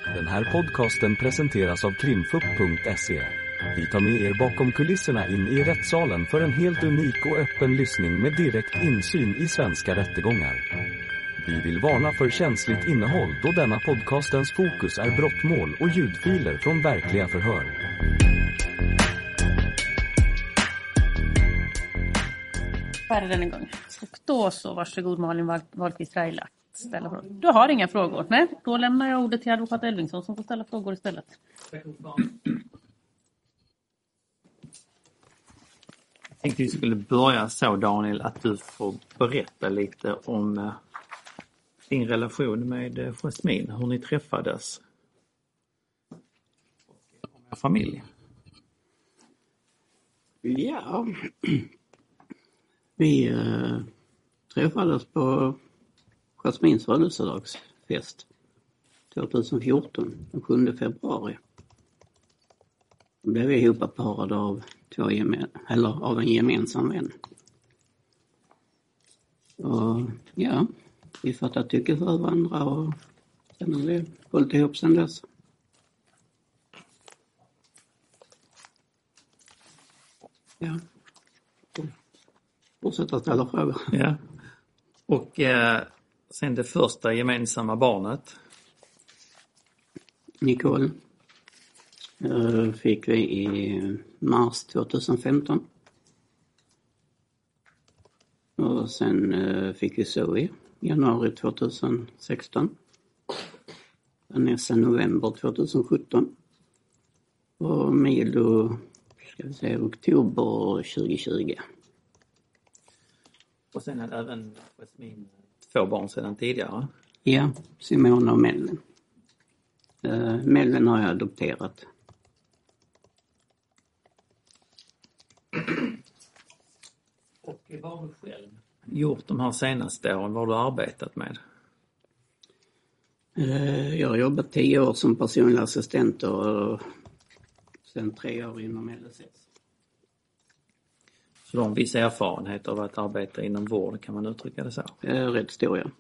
Den här podcasten presenteras av krimfupp.se. Vi tar med er bakom kulisserna in i rättssalen för en helt unik och öppen lyssning med direkt insyn i svenska rättegångar. Vi vill varna för känsligt innehåll då denna podcastens fokus är brottmål och ljudfiler från verkliga förhör. Färre en gång. Och då så, varsågod Malin Wahlqvist Raila. Ställa frågor. Du har inga frågor. Nej, då lämnar jag ordet till advokat Elvingsson som får ställa frågor istället. Jag tänkte vi skulle börja så, Daniel, att du får berätta lite om din relation med Jasmin, hur ni träffades och om er familj. Ja, vi träffades på Jasmins födelsedagsfest 2014, den 7 februari. Då blev vi ihopparade av av en gemensam vän. Och ja, vi fattade tycke för varandra och sen har vi hållit ihop sedan dess. Ja. Fortsätta ställa frågor. Ja. Och sen det första gemensamma barnet. Nicole fick vi i mars 2015. Och sen fick vi Zoe i januari 2016. Vanessa november 2017. Och Milo oktober 2020. Och sen hade även Jasmin 2 barn sedan tidigare. Ja, Simona och Mellin. Mellin har jag adopterat. Och vad har du själv gjort de här senaste åren? Vad har du arbetat med? Jag har jobbat 10 år som personlig assistent och sen 3 år inom LSS. Så du har en viss erfarenhet av att arbeta inom vård, kan man uttrycka det så? Rätt stor, ja.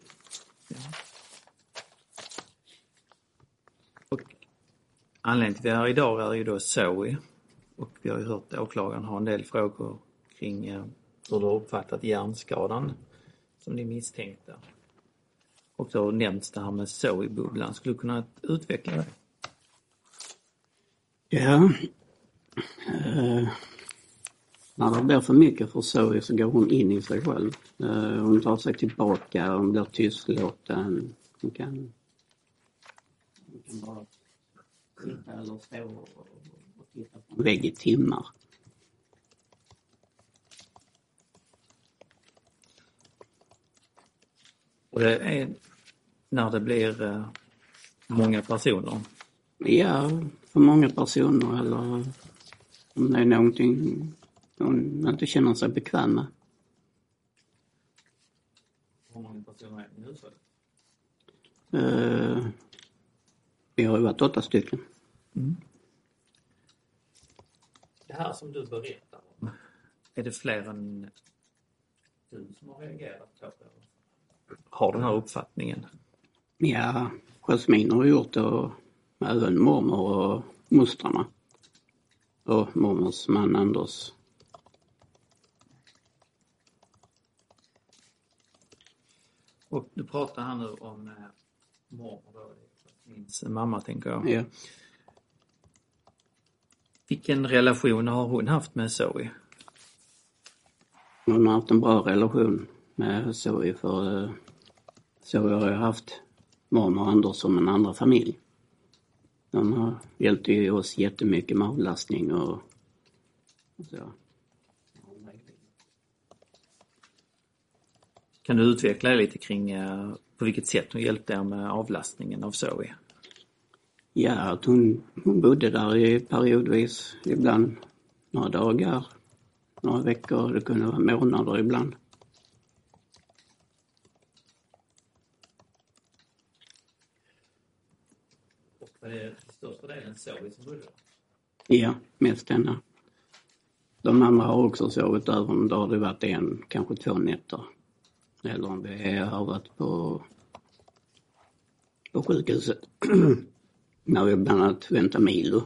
Och anledningen till att vi är här idag är ju då Zoe. Och vi har ju hört åklagaren ha en del frågor kring hur du har uppfattat hjärnskadan som ni misstänkte. Och då nämns det här med Zoe-bubblan. Skulle du kunna utveckla det? Ja. När det blir för mycket för Zoe så går hon in i sig själv. Hon tar sig tillbaka, hon blir tystlåten. Hon kan bara sitta eller stå och titta på en vägg i timmar. Och det är när det blir många personer? Ja, för många personer eller om det är någonting hon inte känner sig bekväm med. Hur många personer är det i huset? Vi har ju varit 8 stycken. Mm. Det här som du berättar om, är det fler än du som har reagerat på det? Har den här uppfattningen? Ja, Jasmin har gjort det och även mormor och mostrarna. Och mormors man Anders. Och du pratar här nu om mormor då, Jasmins mamma tänker jag. Ja. Vilken relation har hon haft med Zoe? Hon har haft en bra relation med Zoe för Zoe har ju haft mormor och Anders som en andra familj. De har hjälpt ju oss jättemycket med avlastning och så. Kan du utveckla lite kring på vilket sätt hon hjälpte er med avlastningen av Zoe? Ja, att hon bodde där i periodvis, ibland några dagar, några veckor, det kunde vara månader ibland. Och var det största delen Zoe som bodde? Ja, mest henne. De andra har också sovit över, men då har det varit kanske 2 nätter. Eller om vi har varit på sjukhuset. När vi bland annat väntar Milo.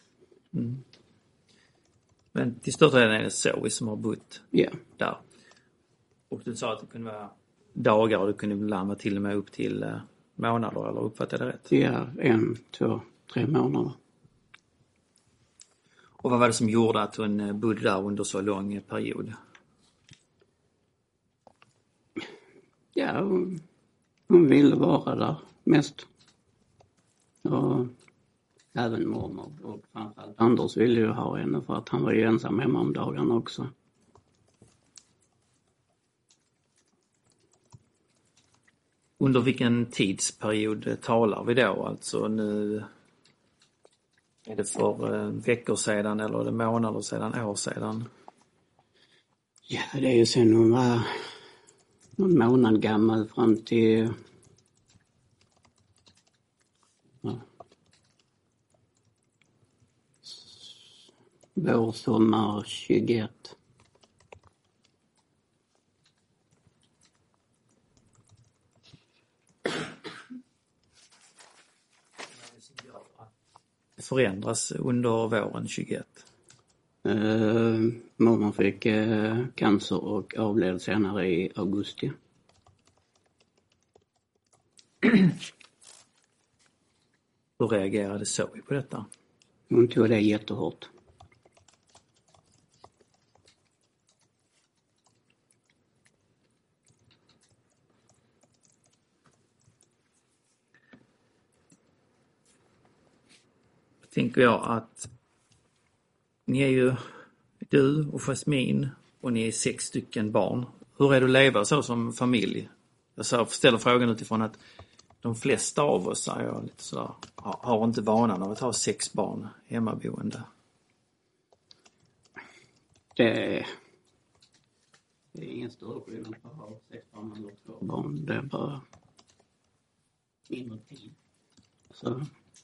Men till största delen är det Zoe som har bott där. Och du sa att det kunde vara dagar och det kunde ibland vara till och med upp till månader, eller uppfattade jag det rätt? Ja, 1, 2, 3 månader. Och vad var det som gjorde att hon bodde där under så lång period? Ja, hon ville vara där mest. Och även mormor och framförallt Anders ville ju ha henne för att han var ju ensam hemma om dagarna också. Under vilken tidsperiod talar vi då? Alltså nu är det för veckor sedan eller är det månader sedan, år sedan? Ja, det är ju sen hon var någon månad gammal fram till vår sommar 21. Förändras under våren 21? Mormor fick cancer och avled senare i augusti. Hur reagerade Zoe på detta? Hon tog det jättehårt. Tänker jag att ni är ju du och Jasmin och ni är 6 stycken barn. Hur är det att leva så som familj? Jag ställer frågan utifrån att de flesta av oss är lite sådär, har inte vanan av att ha 6 barn hemmaboende. Det är ingen större skillnad på att ha 6 barn eller 2 barn. Det är bara mindre tid. Så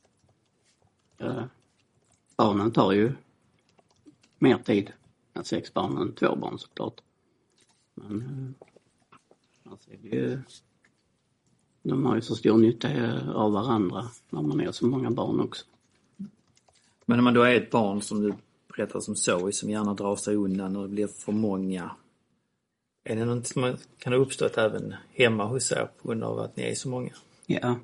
barnen tar ju mer tid än 6 barn än 2 barn såklart. Men alltså det är ju, de har ju så stor nytta av varandra när man är så många barn också. Men när man då är ett barn som du berättar som Zoe som gärna drar sig undan och det blir för många. Är det något som kan ha uppstått även hemma hos er på grund av att ni är så många? Ja.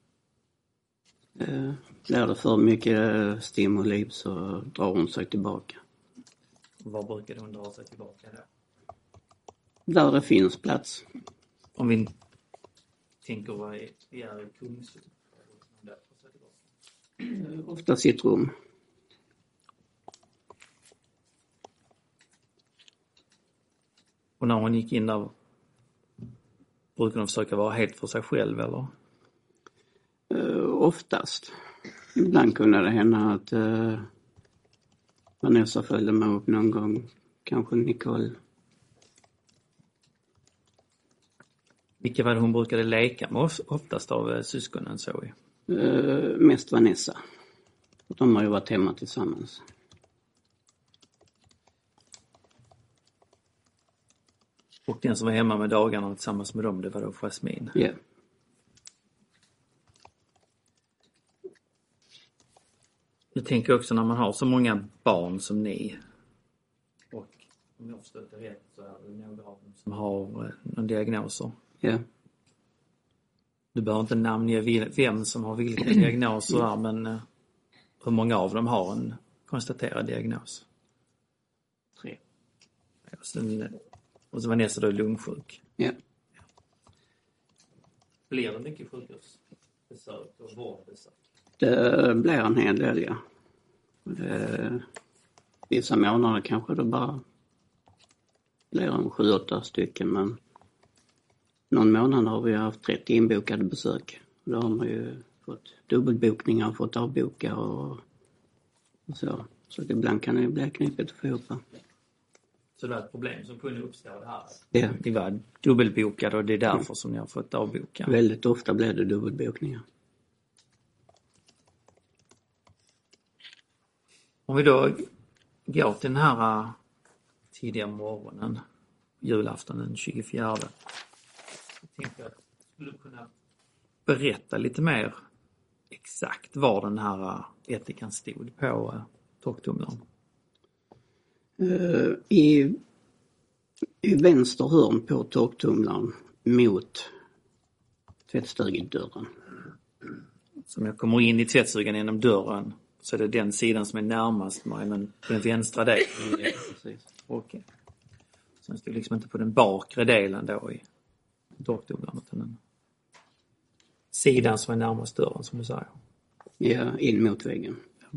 Blir det för mycket stimuli så drar hon sig tillbaka. Var brukar hon dra sig tillbaka då? Där det finns plats. Om vi tänker vad är i Kungshult? Ofta sitt rum. Och när hon gick in där brukar hon försöka vara helt för sig själv eller? Oftast. Ibland kunde det hända att Vanessa följde med upp någon gång. Kanske Nicole. Vilka var det hon brukade leka med oftast av syskonen Zoe? Mest Vanessa. De har ju varit hemma tillsammans. Och den som var hemma med dagarna tillsammans med dem, det var då Jasmin? Ja. Yeah. Jag tänker också när man har så många barn som ni och om jag förstår det rätt så är det några av dem som har någon diagnoser. Ja. Yeah. Du behöver inte namnge vem som har vilka diagnoser där, men hur många av dem har en konstaterad diagnos? 3. Och så var Vanessa då lungsjuk. Ja. Yeah. Blir det mycket sjukhusbesök och vårdbesök? Det blir en hel del, ja. Vissa månader kanske det bara blir en 7-8 stycken, men någon månad har vi haft 30 inbokade besök. Då har man ju fått dubbelbokningar, fått avboka och så. Så ibland kan det bli knipigt att få ihop. Så det är ett problem som kunde uppstå det här? Ja. Det var dubbelbokade och det är därför som ni har fått avboka? Väldigt ofta blir det dubbelbokningar. Om vi då går till den här tidiga morgonen, julafton den 24. Jag tänkte att du skulle kunna berätta lite mer exakt var den här ättikan stod på torktumlaren? I vänster hörn på torktumlaren mot tvättstugedörren. Som jag kommer in i tvättstugan genom dörren så är det den sidan som är närmast mig, men på den vänstra delen. Ja, precis. Okej. Så den stod liksom inte på den bakre delen då i torktumlaren, utan den sidan som är närmast dörren, som du säger. Ja, in mot väggen.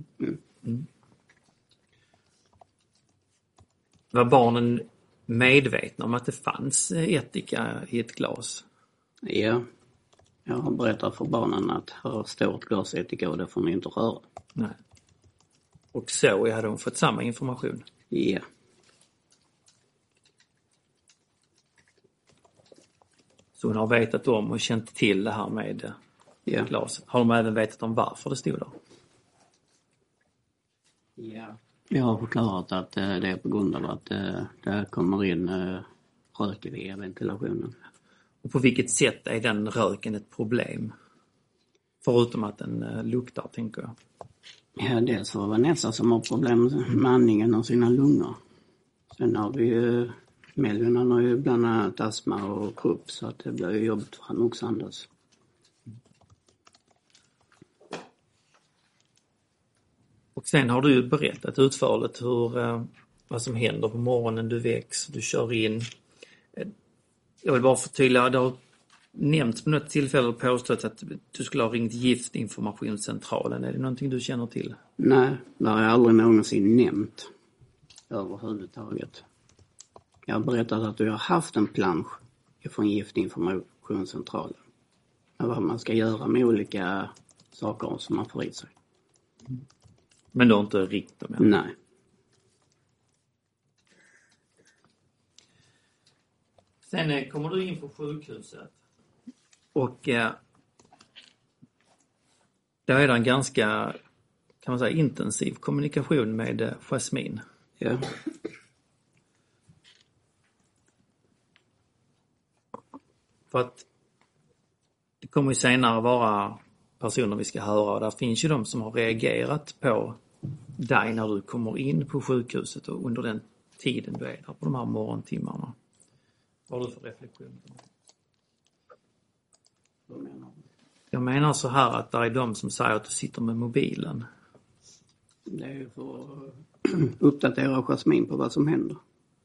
Var barnen medvetna om att det fanns ättika i ett glas? Ja, jag har berättat för barnen att här står ett glas ättika och det får ni inte röra. Nej. Och så hade de fått samma information? Ja. Så hon har vetat om och känt till det här med glaset. Har de även vetat om varför det stod där? Ja. Jag har förklarat att det är på grund av att det kommer in rök via ventilationen. Och på vilket sätt är den röken ett problem? Förutom att den luktar, tänker jag. Ja, dels var Vanessa som har problem med andningen och sina lungor. Sen har vi ju Melvin, han har ju bland annat astma och krupp, så att det blir ju jobbigt för han också andas. Och sen har du ju berättat utförligt vad som händer på morgonen. Du väcks, du kör in. Jag vill bara förtydliga, det har nämnts på något tillfälle och påstått att du skulle ha ringt giftinformationscentralen. Är det någonting du känner till? Nej, det har jag aldrig någonsin nämnt överhuvudtaget. Jag har berättat att du har haft en plansch från giftinformationscentralen. Vad man ska göra med olika saker som man får i sig. Men du har inte ringt dem än? Nej. Sen kommer du in på sjukhuset. Och där är det en ganska, kan man säga, intensiv kommunikation med Jasmin. Ja. För att det kommer ju senare vara personer vi ska höra, och där finns ju de som har reagerat på dig när du kommer in på sjukhuset och under den tiden du är där på de här morgontimmarna. Vad har du för reflektion? Jag menar så här att det är de som säger att du sitter med mobilen. Det är ju för att uppdatera Jasmin på vad som händer.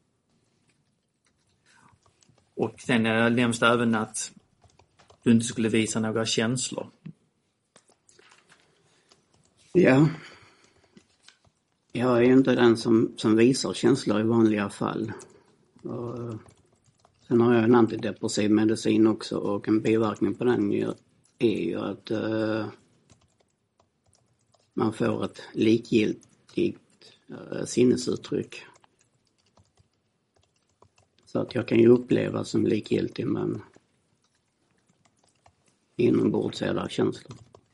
Och sen nämns det även att du inte skulle visa några känslor. Ja. Jag är ju inte den som visar känslor i vanliga fall. Och sen har jag en antidepressiv medicin också, och en biverkning på den är ju att man får ett likgiltigt sinnesuttryck. Så att jag kan ju uppleva som likgiltig, men inombords är det känslor.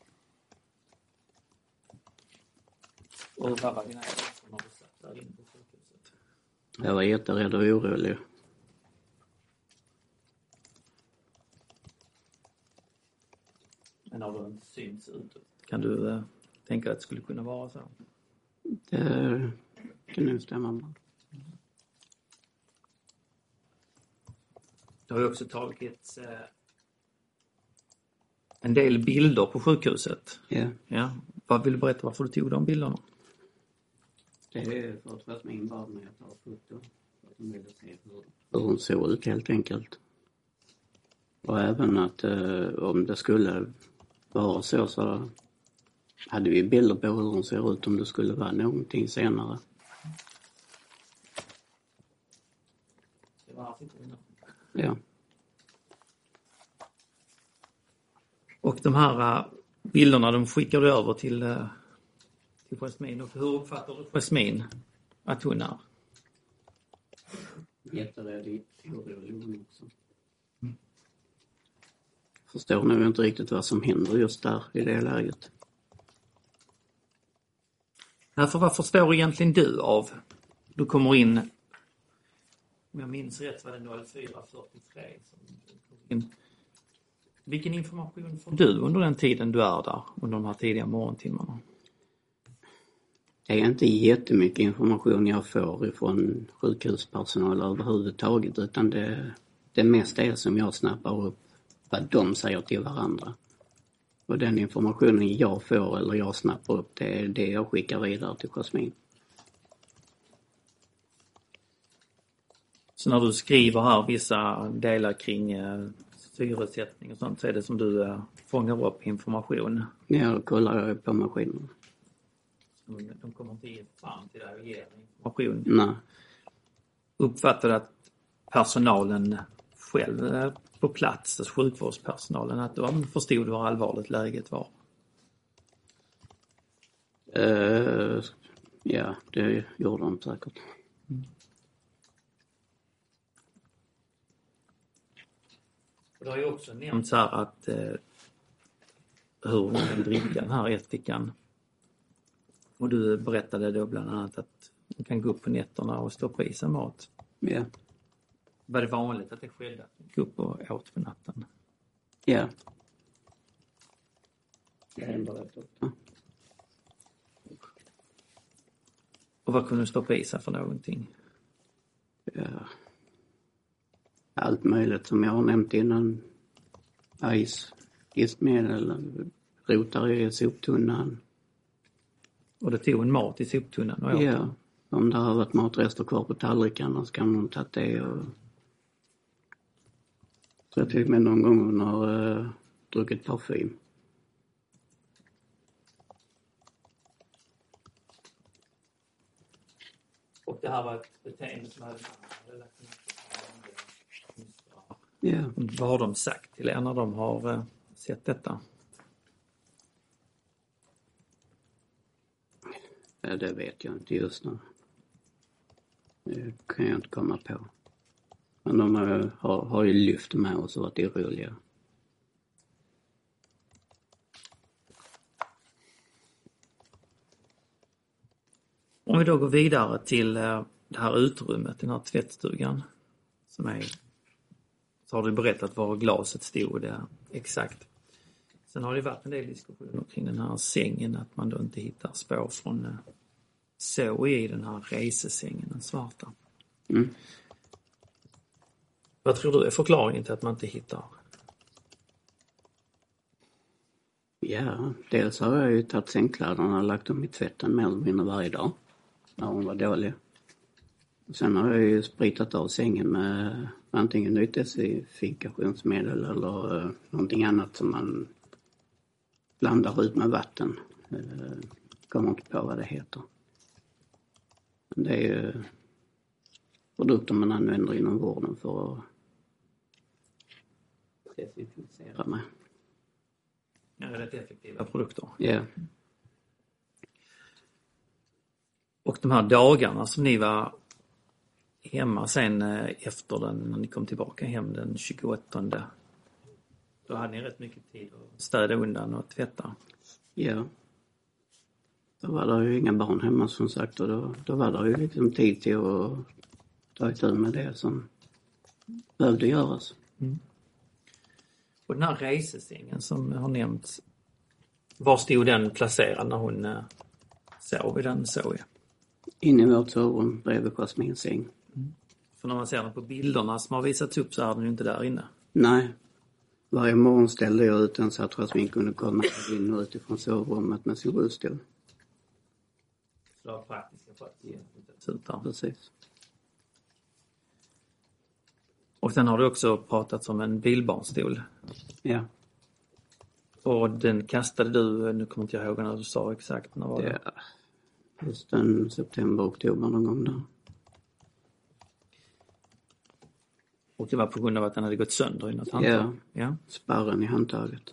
Och vad var dina känslor när du satt där inne på sjukhuset? Jag var jätterädd och orolig. Men har du inte synts utåt? Kan du tänka att det skulle kunna vara så? Det kan nog stämma bra. Det har ju också tagits en del bilder på sjukhuset. Ja. Ja. Vad vill du berätta varför du tog de bilderna? Det är för att Jasmin bad mig att ta foto. För att hon ville se hur hon såg ut helt enkelt. Och även att om det skulle vara så hade vi bilder på hur hon ser ut om det skulle vara någonting senare. Ja. Och de här bilderna de skickar du över till Jasmin. Och hur uppfattar du Jasmin att hon är? Jätterädd, orolig också. Förstår nog inte riktigt vad som händer just där i det läget. För vad förstår egentligen du av? Du kommer in, om jag minns rätt var det 04.43 som du kom in. Vilken information får du under den tiden du är där, under de här tidiga morgontimmarna? Det är inte jättemycket information jag får ifrån sjukhuspersonal överhuvudtaget, utan det mesta är som jag snappar upp vad de säger till varandra. Och den informationen jag får eller jag snappar upp, det är det jag skickar vidare till Jasmin. Så när du skriver här vissa delar kring syresättning och sånt, så är det som du fångar upp information? Ja, då kollar jag på maskinen. De kommer inte ge fram till dig och ge information? Nej. Uppfattar du att personalen själv på plats, alltså sjukvårdspersonalen, att de förstod hur allvarligt läget var? Ja, det gjorde de säkert. Det har ju också nämnts här att hur man kan dricka den här ättikan. Och du berättade då bland annat att man kan gå upp på nätterna och stoppa i sig mat. Ja. Var det vanligt att det skedde att man gick upp och åt på natten? Ja. Det händer rätt ofta. Och vad kunde du stoppa i sig för någonting? Ja. Allt möjligt som jag har nämnt innan. Ice, diskmedel, rotar i soptunnan. Och det tog en mat i soptunnan och åt Ja, den? om det har varit matrester kvar på tallrikarna så kan man ta det. Och jag tror till och med någon gång hon har druckit parfym. Och det här var ett beteende som hade lagt ner. Ja. Vad har de sagt till er när de har sett detta? Ja, det vet jag inte just nu. Det kan jag inte komma på. Men de har ju lyft med oss och varit oroliga. Om vi då går vidare till det här utrymmet, den här tvättstugan som är, så har du berättat var glaset stod det exakt. Sen har det varit en del diskussioner kring den här sängen, att man då inte hittar spår från Zoe i den här resesängen, den svarta. Mm. Vad tror du är förklaringen till att man inte hittar? Ja, dels har jag ju tagit sängkläderna och lagt dem i tvätten mer eller mindre varje dag när hon var dålig. Och sen har jag ju spritat av sängen med antingen nydesinfikationsmedel eller någonting annat som man blandar ut med vatten. Kommer inte på vad det heter. Men det är ju produkter man använder inom vården för att desinficera med. Ja, det är rätt effektiva produkter. Ja. Och de här dagarna som ni var hemma sen efter den, när ni kom tillbaka hem den 28, då hade ni rätt mycket tid att städa undan och tvätta. Ja. Då var det ju inga barn hemma som sagt, och då var det ju liksom tid till att ta itu med det som behövde göras. Mm. Och den här resesängen som har nämnts, var stod den placerad när hon sov i den Zoe? Inne i vårt sovrum bredvid Jasmins säng. Mm. För när man ser den på bilderna som har visats upp så är den ju inte där inne. Nej. Varje morgon ställde jag ut den så att Jasmin kunde komma in och utifrån sovrummet med sin rullstol. Så det var praktiska för att ge ut där. Precis. Och sen har du också pratat om en bilbarnstol. Ja. Och den kastade du, nu kommer inte jag ihåg när du sa exakt, när var det? Ja. Hösten, september, oktober någon gång där. Och det var på grund av att den hade gått sönder i något handtag? Ja. Sparren i handtaget.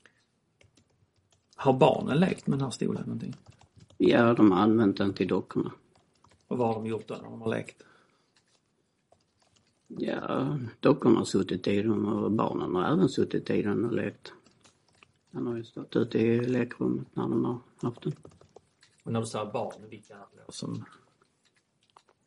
Har barnen lekt med den här stolen någonting? Ja, de har använt den till dockorna. Och vad har de gjort då när de har lekt? Ja, dockorna har suttit i den och barnen har även suttit i den och lekt. Den har ju stått ute i lekrummet när de har haft den. Och när du sa barn, vilka är det som...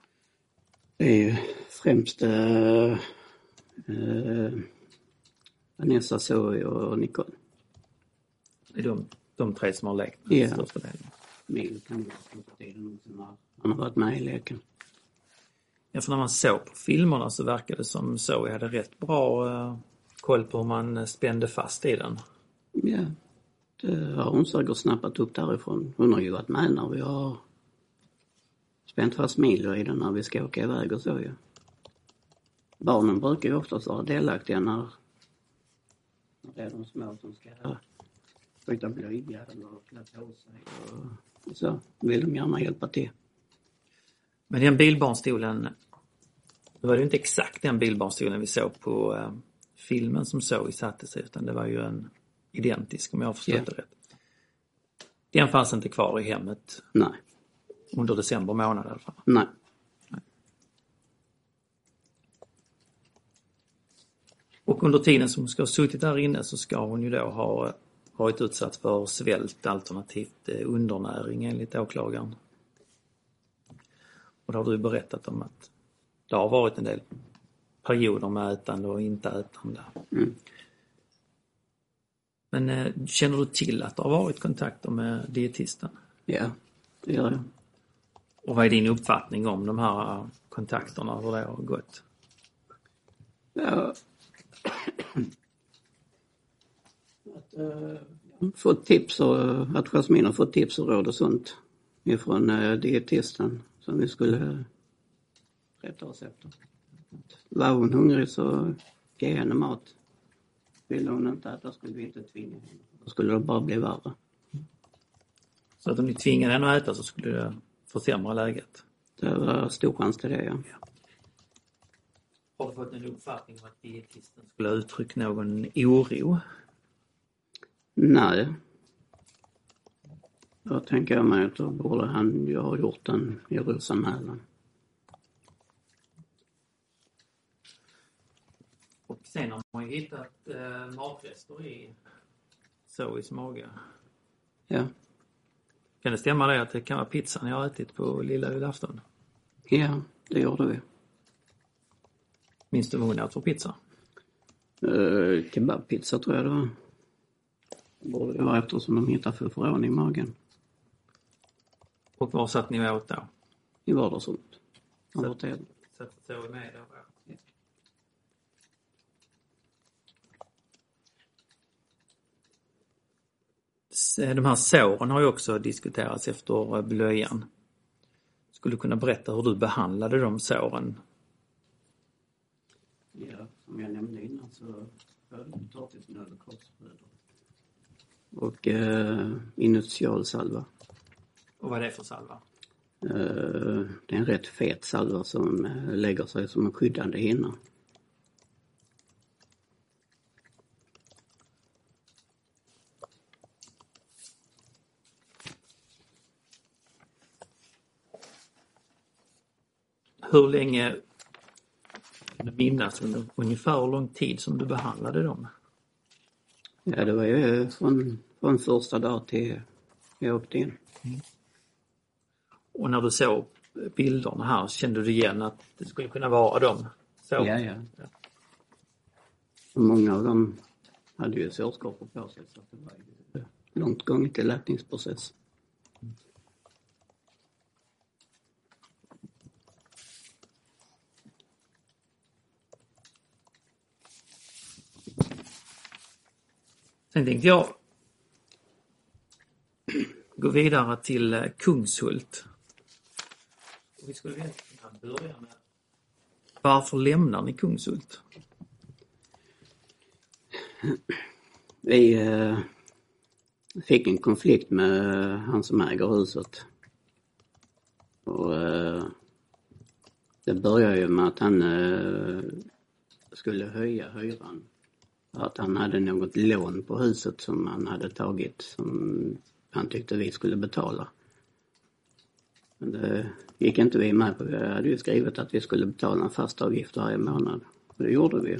Det är ju främst Vanessa, Zoe och Nicole. Det är de tre som har lekt Ja. största delen. Mil kan ju på tiden som han har varit med i leken. Ja, för när man såg på filmerna så verkade det som Zoe hade rätt bra koll på hur man spände fast i den. Ja, det har hon säkert snappat upp därifrån. Hon har ju varit med när vi har spänt fast Milo i den när vi ska åka iväg och så ju. Barnen brukar ju oftast vara delaktiga när det är de små som ska byta blöja eller klä på sig och så vill de gärna hjälpa till. Men den bilbarnstolen, det var ju inte exakt den bilbarnstolen vi såg på filmen som Zoe satte sig, utan det var ju en identisk, om jag har förstått det rätt. Den fanns inte kvar i hemmet. Nej. Under december månad i alla fall. Nej. Och under tiden som hon ska ha suttit där inne så ska hon ju då ha varit utsatt för svält alternativt undernäring enligt åklagaren. Och då har du berättat om att det har varit en del perioder med ätande och inte ätande. Mm. Men känner du till att det har varit kontakter med dietisten? Ja, det gör jag. Och vad är din uppfattning om de här kontakterna, hur det har gått? Ja. Fått tips och att Jasmin har fått tips och råd och sånt ifrån dietisten som vi skulle rätta oss efter. Var hon hungrig så ge henne mat. Vill hon inte äta skulle vi inte tvinga henne. Då skulle det bara bli värre. Så att om ni tvingade henne att äta så skulle det försämra läget? Det var stor chans till det, ja. Har du fått en uppfattning om att dietisten skulle ha uttryckt någon oro? Nej. Då tänker jag mig att då borde han ju ha gjort en orosanmälan. Och sen har man ju hittat matrester i Zoes mage. Ja. Kan det stämma det att det kan vara pizzan jag har ätit på lilla julafton? Ja, det gjorde vi. Minns du vad hon åt för pizza? Kebabpizza tror jag det var. Borde det vara eftersom de hittade förfrågan i magen. Och var satt ni åt då? I vardagsrummet. Satt Zoe med då? De här såren har ju också diskuterats efter blöjan. Skulle du kunna berätta hur du behandlade de såren? Ja, som jag nämnde innan så hade vi tagit nöd och korsbröder. Och initialsalva. Och vad är det för salva? Det är en rätt fet salva som lägger sig som en skyddande hinna. Hur länge kan du minnas ungefär hur lång tid som du behandlade dem? Ja, det var ju från första dag till jag åkte in. Mm. Och när du såg bilderna här, kände du igen att det skulle kunna vara dem? Så. Ja. Och många av dem hade ju sårskapor på sig så det var ju långt gånget till läkningsprocess. Sen tänkte jag gå vidare till Kungshult. Och vi skulle egentligen börja med varför lämnar ni Kungshult? Vi fick en konflikt med han som äger huset. Och det började ju med att han skulle höja hyran. Att han hade något lån på huset som han hade tagit som han tyckte vi skulle betala. Men det gick inte vi med på. Vi hade ju skrivit att vi skulle betala en fast avgift varje månad. Och det gjorde vi.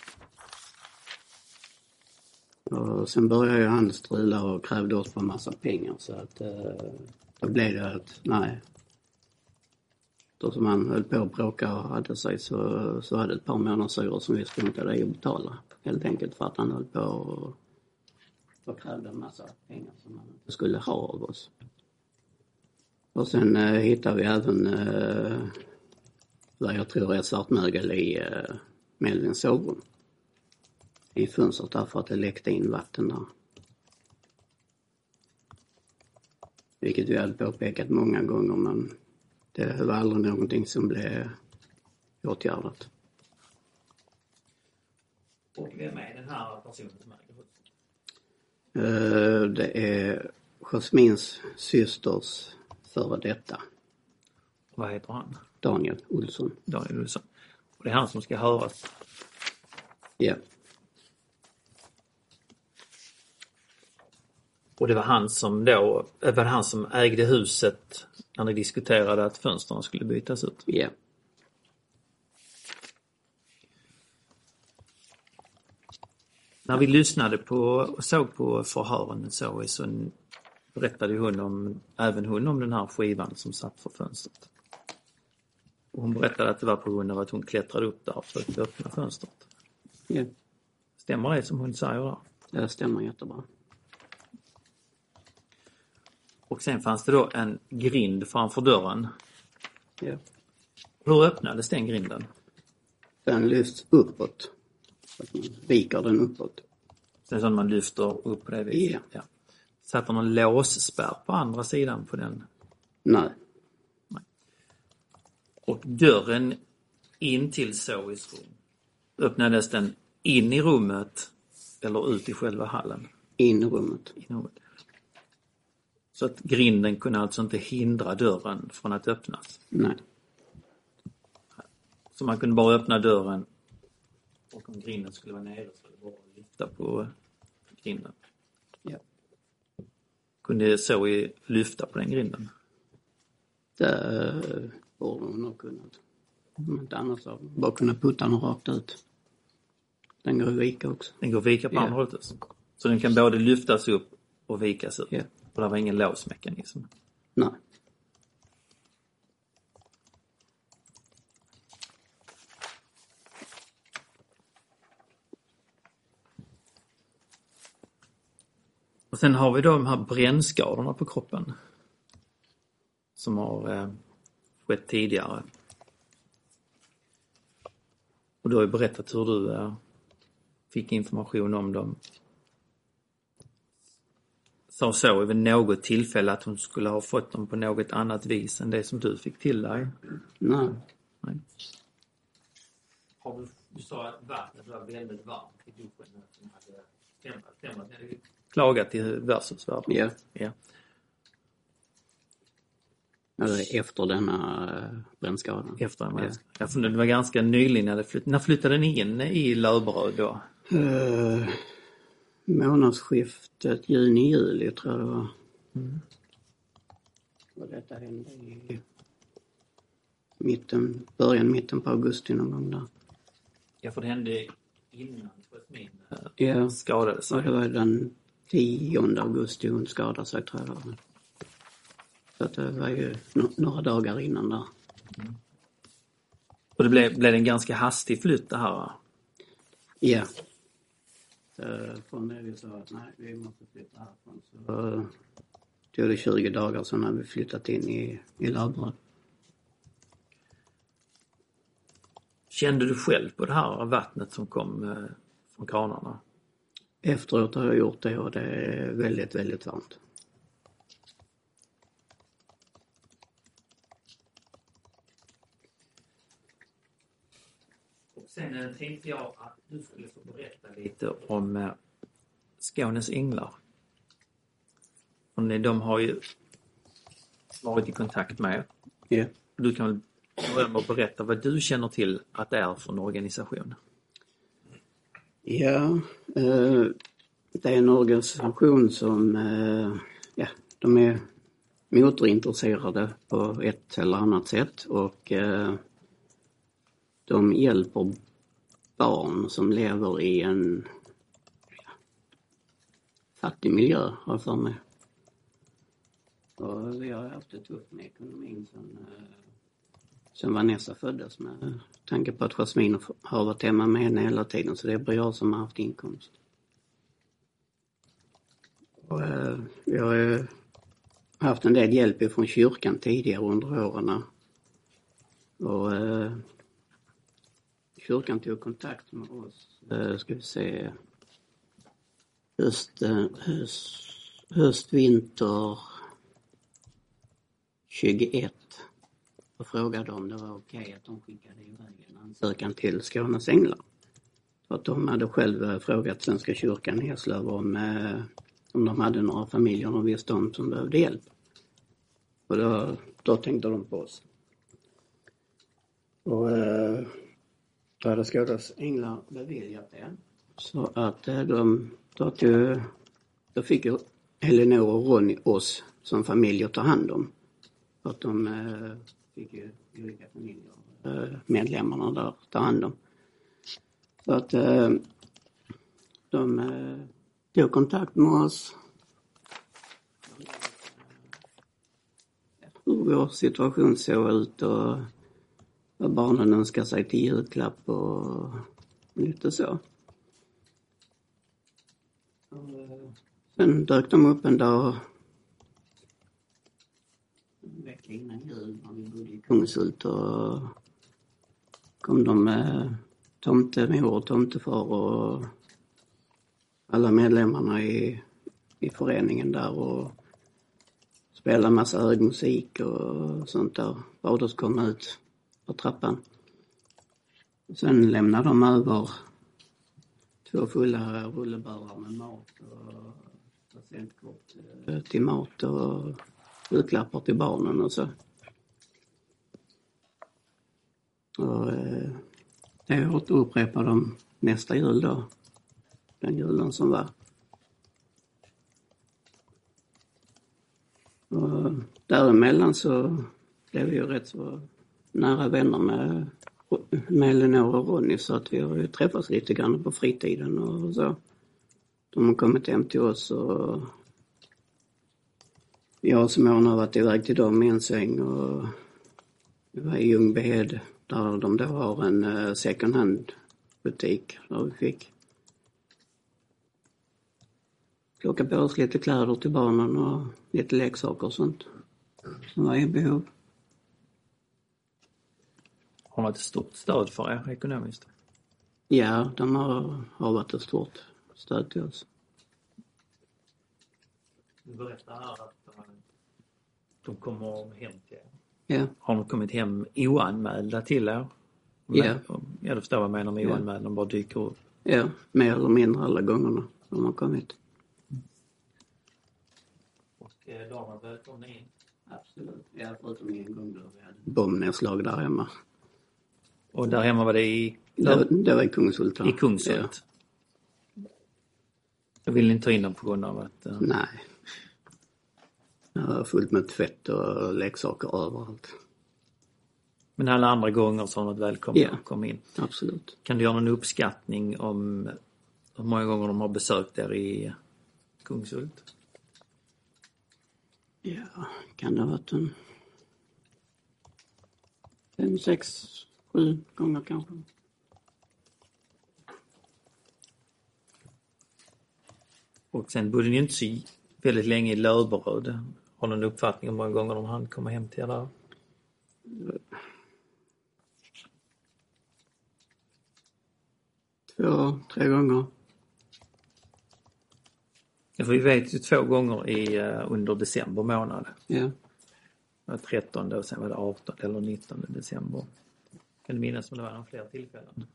Och sen började ju han strula och krävde oss på en massa pengar. Så att då blev det att nej. då som han höll på att bråka och hade sig så hade ett par månadshyror som vi struntade i att betala. Helt enkelt för att han höll på och krävde en massa pengar som han inte skulle ha av oss. Och sen hittade vi även vad jag tror är svartmögel i Melvins sovrum. I fönstret därför att det läckte in vatten där. Vilket vi hade påpekat många gånger, men det var aldrig någonting som blev åtgärdat. Och vem är den här personen som äger huset? Det är Jasmins systers före detta. Vad heter han? Daniel Olsson. Daniel Olsson. Och det är han som ska höras? Ja. Och det var han som ägde huset när ni diskuterade att fönstren skulle bytas ut? Ja. När vi lyssnade på och såg på förhören så berättade även hon om den här skivan som satt för fönstret. Och hon berättade att det var på grund av att hon klättrade upp där för att öppna fönstret. Ja. Stämmer det som hon säger där? Det stämmer jättebra. Och sen fanns det då en grind framför dörren. Ja. Hur öppnades den grinden? Den lyfts uppåt. Att man viker den uppåt. Sen så man lyfter upp på det viset? Ja. Ja. Satt det någon låsspärr på andra sidan på den? Nej. Och dörren in till Zoes rum, öppnades den in i rummet eller ut i själva hallen? In i rummet. Så att grinden kunde alltså inte hindra dörren från att öppnas? Nej. Så man kunde bara öppna dörren och om grinden skulle vara nere så det bara att lyfta på grinden? Ja. Kunde Zoe lyfta på den grinden? Det borde hon nog kunnat. Om inte annars så bara kunna putta den rakt ut. Den går att vika också. Den går att vika på andra hållet. Så den kan både lyftas upp och vikas ut? Ja. Och det var ingen låsmekanism? Nej. Och sen har vi då de här brännskadorna på kroppen. Som har skett tidigare. Och du har ju berättat hur du fick information om dem. Sa så vid något tillfälle att hon skulle ha fått dem på något annat vis än det som du fick till dig? Nej. Nej. Du sa att vattnet var väldigt varmt i duschen som hade stämmat. Klagat till Versusvärden? Ja. Ja. Eller efter denna brännskadan. Efter en brännskada. Ja, för det var ganska nyligen när flyttade ni in i Löberöd då? Månadsskiftet juni-juli tror jag det var. Mm. Och detta hände i mitten på augusti någon gång där. Ja, för det hände innan Jasmin skadade sig. Ja, det var den 10 augusti hon skadade sig tror jag. Så att det var ju några dagar innan där. Mm. Och det blev en ganska hastig flytt det här, va? Ja. Från det vi sa att nej, vi måste flytta härifrån. Så tog det 20 dagar sedan när vi flyttat in i Löberöd. Kände du själv på det här vattnet som kom från kranarna? Efteråt har jag gjort det och det är väldigt, väldigt varmt. Sen tänkte jag att du skulle få berätta lite om Skånes änglar. Och de har ju varit i kontakt med. Ja. Du kan väl börja med att berätta vad du känner till att det är för en organisation. Ja, det är en organisation som de är motorintresserade på ett eller annat sätt och de hjälper barn som lever i en fattig miljö, har jag för mig. Och vi har haft det tufft med ekonomin sen Vanessa föddes, med tanke på att Jasmine har varit hemma med henne hela tiden, så det är bara jag som har haft inkomst. Och, jag har haft en del hjälp från kyrkan tidigare under åren. Och kyrkan tog kontakt med oss, ska vi se, höst-vinter 21 och frågade om det var okej att de skickade iväg en ansökan till Skånes Änglar. För att de hade själv frågat Svenska kyrkan i Eslöv om de hade några familjer de visste om som behövde hjälp. Och då tänkte de på oss. Och då hade Skånes Änglar beviljat det. Så att då fick ju Elinor och Ronny oss som familj att ta hand om. För att de fick ju olika familjer, medlemmarna där, ta hand om. Så att de tog kontakt med oss. Hur vår situation såg ut och vad barnen önskar sig till julklapp och lite så. Sen dök de upp en dag en vecka innan jul när vi bodde i Kungshult, och kom de med tomtemor och tomtefar och alla medlemmarna i föreningen där och spelade massa hög musik och sånt där. Baders kom ut på trappan. Sen lämnade de över 2 fulla rullebärar med mat och presentkort till mat och julklappar till barnen och så. Och det upprepade de nästa jul då. Den julen som var. Och däremellan så blev vi ju rätt så nära vänner med Elinor och Ronny, så att vi har ju träffats lite grann på fritiden och så. De har kommit hem till oss och jag som har varit iväg till dem i en sväng, och vi var i Ljungbyhed där de då har en second hand butik där vi fick plocka på oss lite kläder till barnen och lite leksaker och sånt som var i behov. Har man ett stort stöd för er ekonomiskt? Ja, de har varit ett stort stöd till oss. Du berättar här att de kommer hem till er. Ja. Har de kommit hem oanmälda till er? Ja. Jag förstår vad jag menar med oanmälda, de bara dyker upp. Ja, mer eller mindre alla gångerna de har kommit. Och de har välkomna in? Absolut. Ja, förutom en gång då vi hade bombnedslag där hemma. Och där hemma var det i? Det var i Kungshult. I Kungshult? Ja. Jag vill inte ta in dem på grund av att... Nej. Det var fullt med tvätt och leksaker överallt. Men alla andra gånger så har något välkomna kom in? Absolut. Kan du göra någon uppskattning om hur många gånger de har besökt er i Kungshult? Ja, kan det ha varit en 5, 6, 7 gånger kanske. Och sen bodde ni inte så väldigt länge i Löberöd. Har du en uppfattning om hur många gånger de hann komma hem till er där? Två, 3 gånger. Ja, för vi vet ju 2 gånger under december månad. Ja. Det var 13 och sen var det 18 eller 19 december. Kan du minnas om det var några fler tillfällen?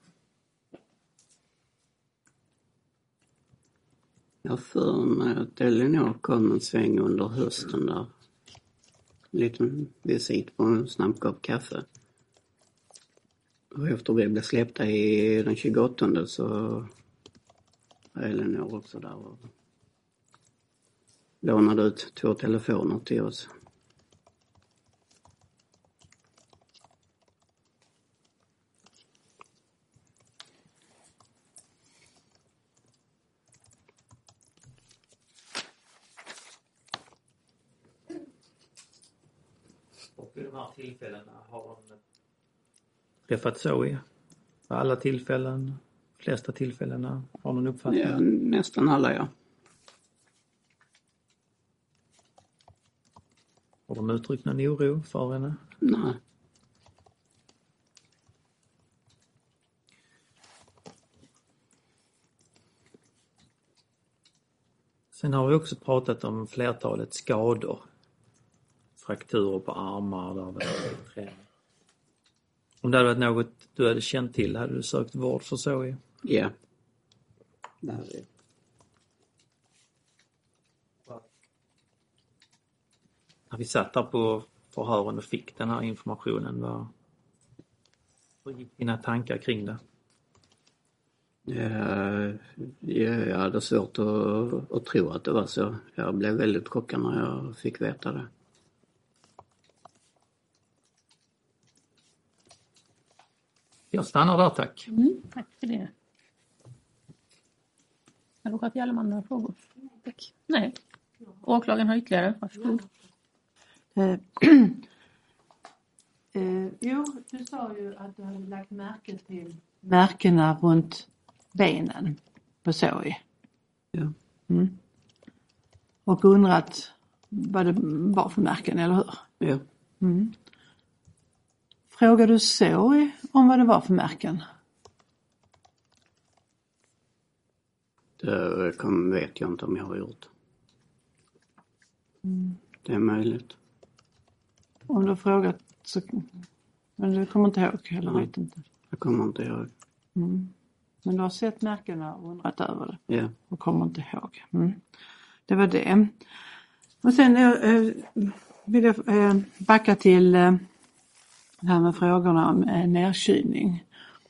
Jag för mig att Elinor kom en sväng under hösten där. En liten visit på en snabb kopp kaffe. Och efter vi blev släppta i den 28 så var Elinor också där och lånade ut 2 telefoner till oss. Och vid de här tillfällena har de träffat Zoe? På alla tillfällen? Flesta tillfällena? Har någon uppfattning? Ja, nästan alla, ja. Har de uttryckt någon oro för henne? Nej. Sen har vi också pratat om flertalet skador. Frakturer på armar, det har varit träning. Om det hade varit något du hade känt till, hade du sökt vård för Zoe? Ja. Det hade jag. När vi satt där på förhören och fick den här informationen, hur gick dina tankar kring det? Jag hade svårt att tro att det var så. Jag blev väldigt chockad när jag fick veta det. Jag stannar där, tack. Tack för det. Advokat Hjalleman, några frågor? Tack. Nej. Åklagaren har ytterligare. Varsågod. Jo, du sa ju att du hade lagt märke till märkena runt benen på Zoe. Ja. Mm. Och undrat vad det var för märken, eller hur? Ja. Mm. Frågade du Zoe om vad det var för märken? Det vet jag inte om jag har gjort. Det är möjligt. Om du har frågat så... Men du kommer inte ihåg, eller vet inte? Jag kommer inte ihåg. Men du har sett märkena och undrat över det? Ja. Och kommer inte ihåg. Det var det. Och sen vill jag backa till det här med frågorna om nedkylning.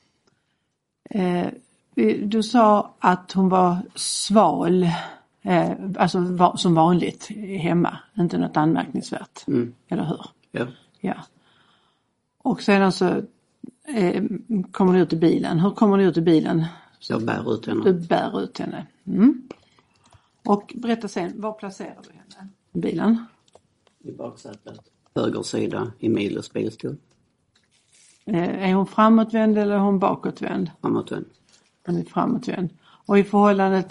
Du sa att hon var sval, alltså som vanligt hemma, inte något anmärkningsvärt, eller hur? Ja. Ja. Och sedan så kommer du ut i bilen. Hur kommer du ut i bilen? Jag bär ut henne. Du bär ut henne. Och berätta sen, var placerar du henne i bilen? I baksätet. Höger sida i Miles bilstol. Är hon framåtvänd eller är hon bakåtvänd? Framåtvänd. Hon är framåtvänd. Och i förhållande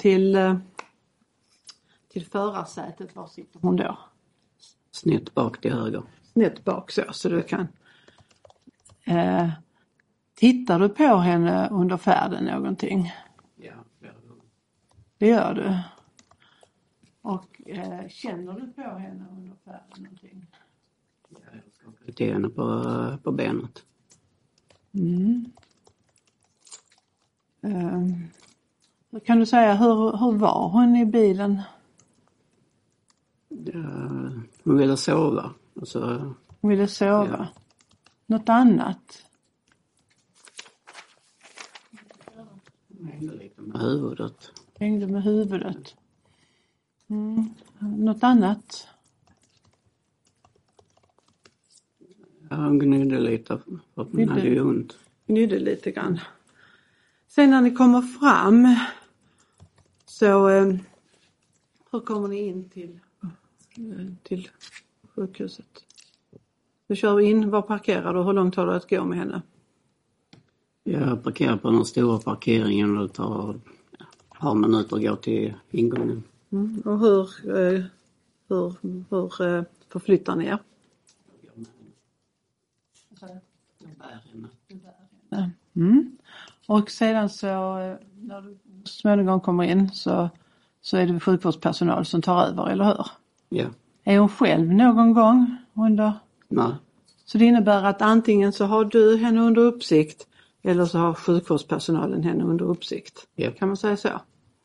till förarsätet, var sitter hon då? Snett bak till höger. Snett bak så du kan... tittar du på henne under färden någonting? Ja, Det gör du. Och känner du på henne under färden någonting? Ja, jag skakade till henne på benet. Kan du säga hur var hon i bilen? Hon ville sova. Alltså, Hon ville sova. Ja. Något annat? hon hängde lite med huvudet. Hängde med huvudet. Något annat? Ja, hon gnydde lite för att hon hade ju ont. Gnydde lite grann. Sen när ni kommer fram så hur kommer ni in till sjukhuset? Du kör in, var parkerar du? Hur långt har du att gå med henne? Jag parkerar på den stora parkeringen och det tar ett par minuter att gå till ingången. Och hur förflyttar ni er? Jag bär henne. Och sedan så när du småningom kommer in så är det sjukvårdspersonal som tar över, eller hur? Ja. Är hon själv någon gång under? Nej. Så det innebär att antingen så har du henne under uppsikt eller så har sjukvårdspersonalen henne under uppsikt. Ja. Kan man säga så?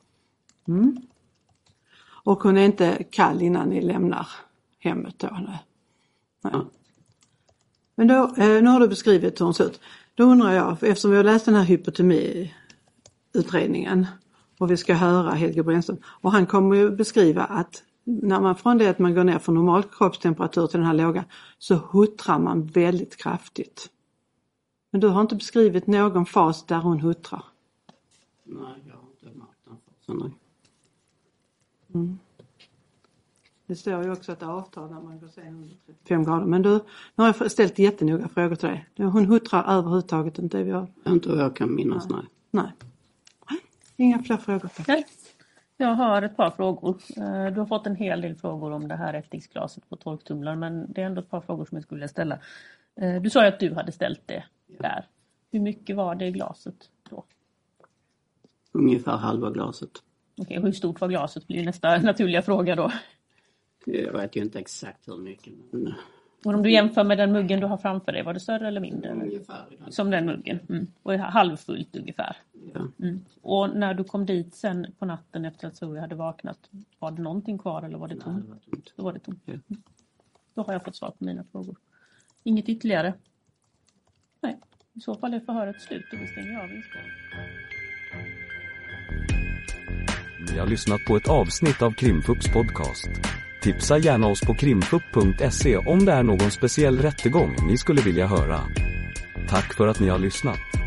Och hon är inte kall innan ni lämnar hemmet då? Nej. Ja. Men då, nu har du beskrivit hur hon ser ut. Då undrar jag, för eftersom vi har läst den här hypotemiutredningen och vi ska höra Helge Brännström, och han kommer ju beskriva att när man från det att man går ner från normal kroppstemperatur till den här låga så huttrar man väldigt kraftigt. Men du har inte beskrivit någon fas där hon huttrar. Nej, jag har inte märkt den fasen. Det står ju också att det avtar när man går sen under 35 grader. Men du, nu har jag ställt jättenoga frågor till dig. Hon huttrar överhuvudtaget inte. Inte vad jag kan minnas, Nej. Inga fler frågor. Nej. Jag har ett par frågor. Du har fått en hel del frågor om det här ättiksglaset på torktumlaren, men det är ändå ett par frågor som jag skulle ställa. Du sa ju att du hade ställt det där. Hur mycket var det i glaset då? Ungefär halva glaset. Okej, hur stort var glaset blir nästa naturliga fråga då? Jag vet ju inte exakt hur mycket. Men... Och om du jämför med den muggen du har framför dig, var det större eller mindre? Ungefär. Som den muggen. Mm. Och halvfullt ungefär. Ja. Mm. Och när du kom dit sen på natten efter att Zoe hade vaknat, var det någonting kvar eller var det tomt? Då var det tomt. Ja. Då har jag fått svar på mina frågor. Inget ytterligare? Nej, i så fall är förhöret slut och vi stänger av inspelningen. Ni har lyssnat på ett avsnitt av Krimfupps podcast. Tipsa gärna oss på krimfupp.se om det är någon speciell rättegång ni skulle vilja höra. Tack för att ni har lyssnat.